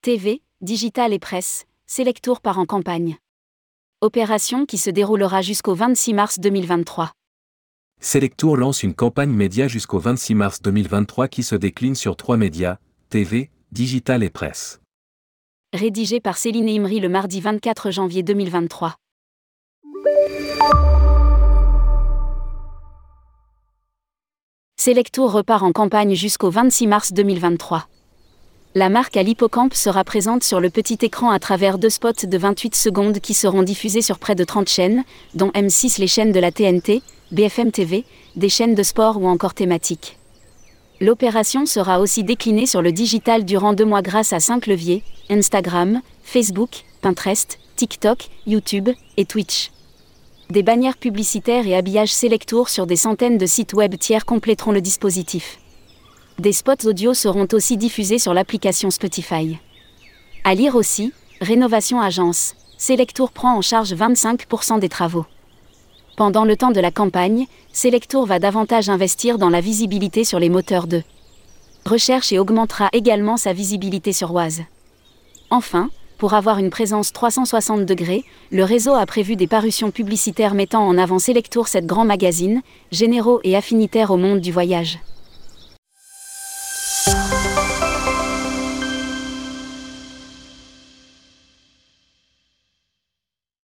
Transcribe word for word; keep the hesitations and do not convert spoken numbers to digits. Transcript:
T V, digital et presse, Selectour part en campagne. Opération qui se déroulera jusqu'au vingt-six mars deux mille vingt-trois. Selectour lance une campagne média jusqu'au vingt-six mars deux mille vingt-trois qui se décline sur trois médias, T V, digital et presse. Rédigé par Céline Imri le mardi vingt-quatre janvier deux mille vingt-trois. Selectour repart en campagne jusqu'au vingt-six mars deux mille vingt-trois. La marque à l'hippocampe sera présente sur le petit écran à travers deux spots de vingt-huit secondes qui seront diffusés sur près de trente chaînes, dont M six, les chaînes de la T N T, B F M T V, des chaînes de sport ou encore thématiques. L'opération sera aussi déclinée sur le digital durant deux mois grâce à cinq leviers, Instagram, Facebook, Pinterest, TikTok, YouTube et Twitch. Des bannières publicitaires et habillages Selectour sur des centaines de sites web tiers compléteront le dispositif. Des spots audio seront aussi diffusés sur l'application Spotify. À lire aussi, rénovation agence, Selectour prend en charge vingt-cinq pour cent des travaux. Pendant le temps de la campagne, Selectour va davantage investir dans la visibilité sur les moteurs de recherche et augmentera également sa visibilité sur Oise. Enfin, pour avoir une présence trois cent soixante degrés, le réseau a prévu des parutions publicitaires mettant en avant Selectour, sept grands magazines, généraux et affinitaires au monde du voyage.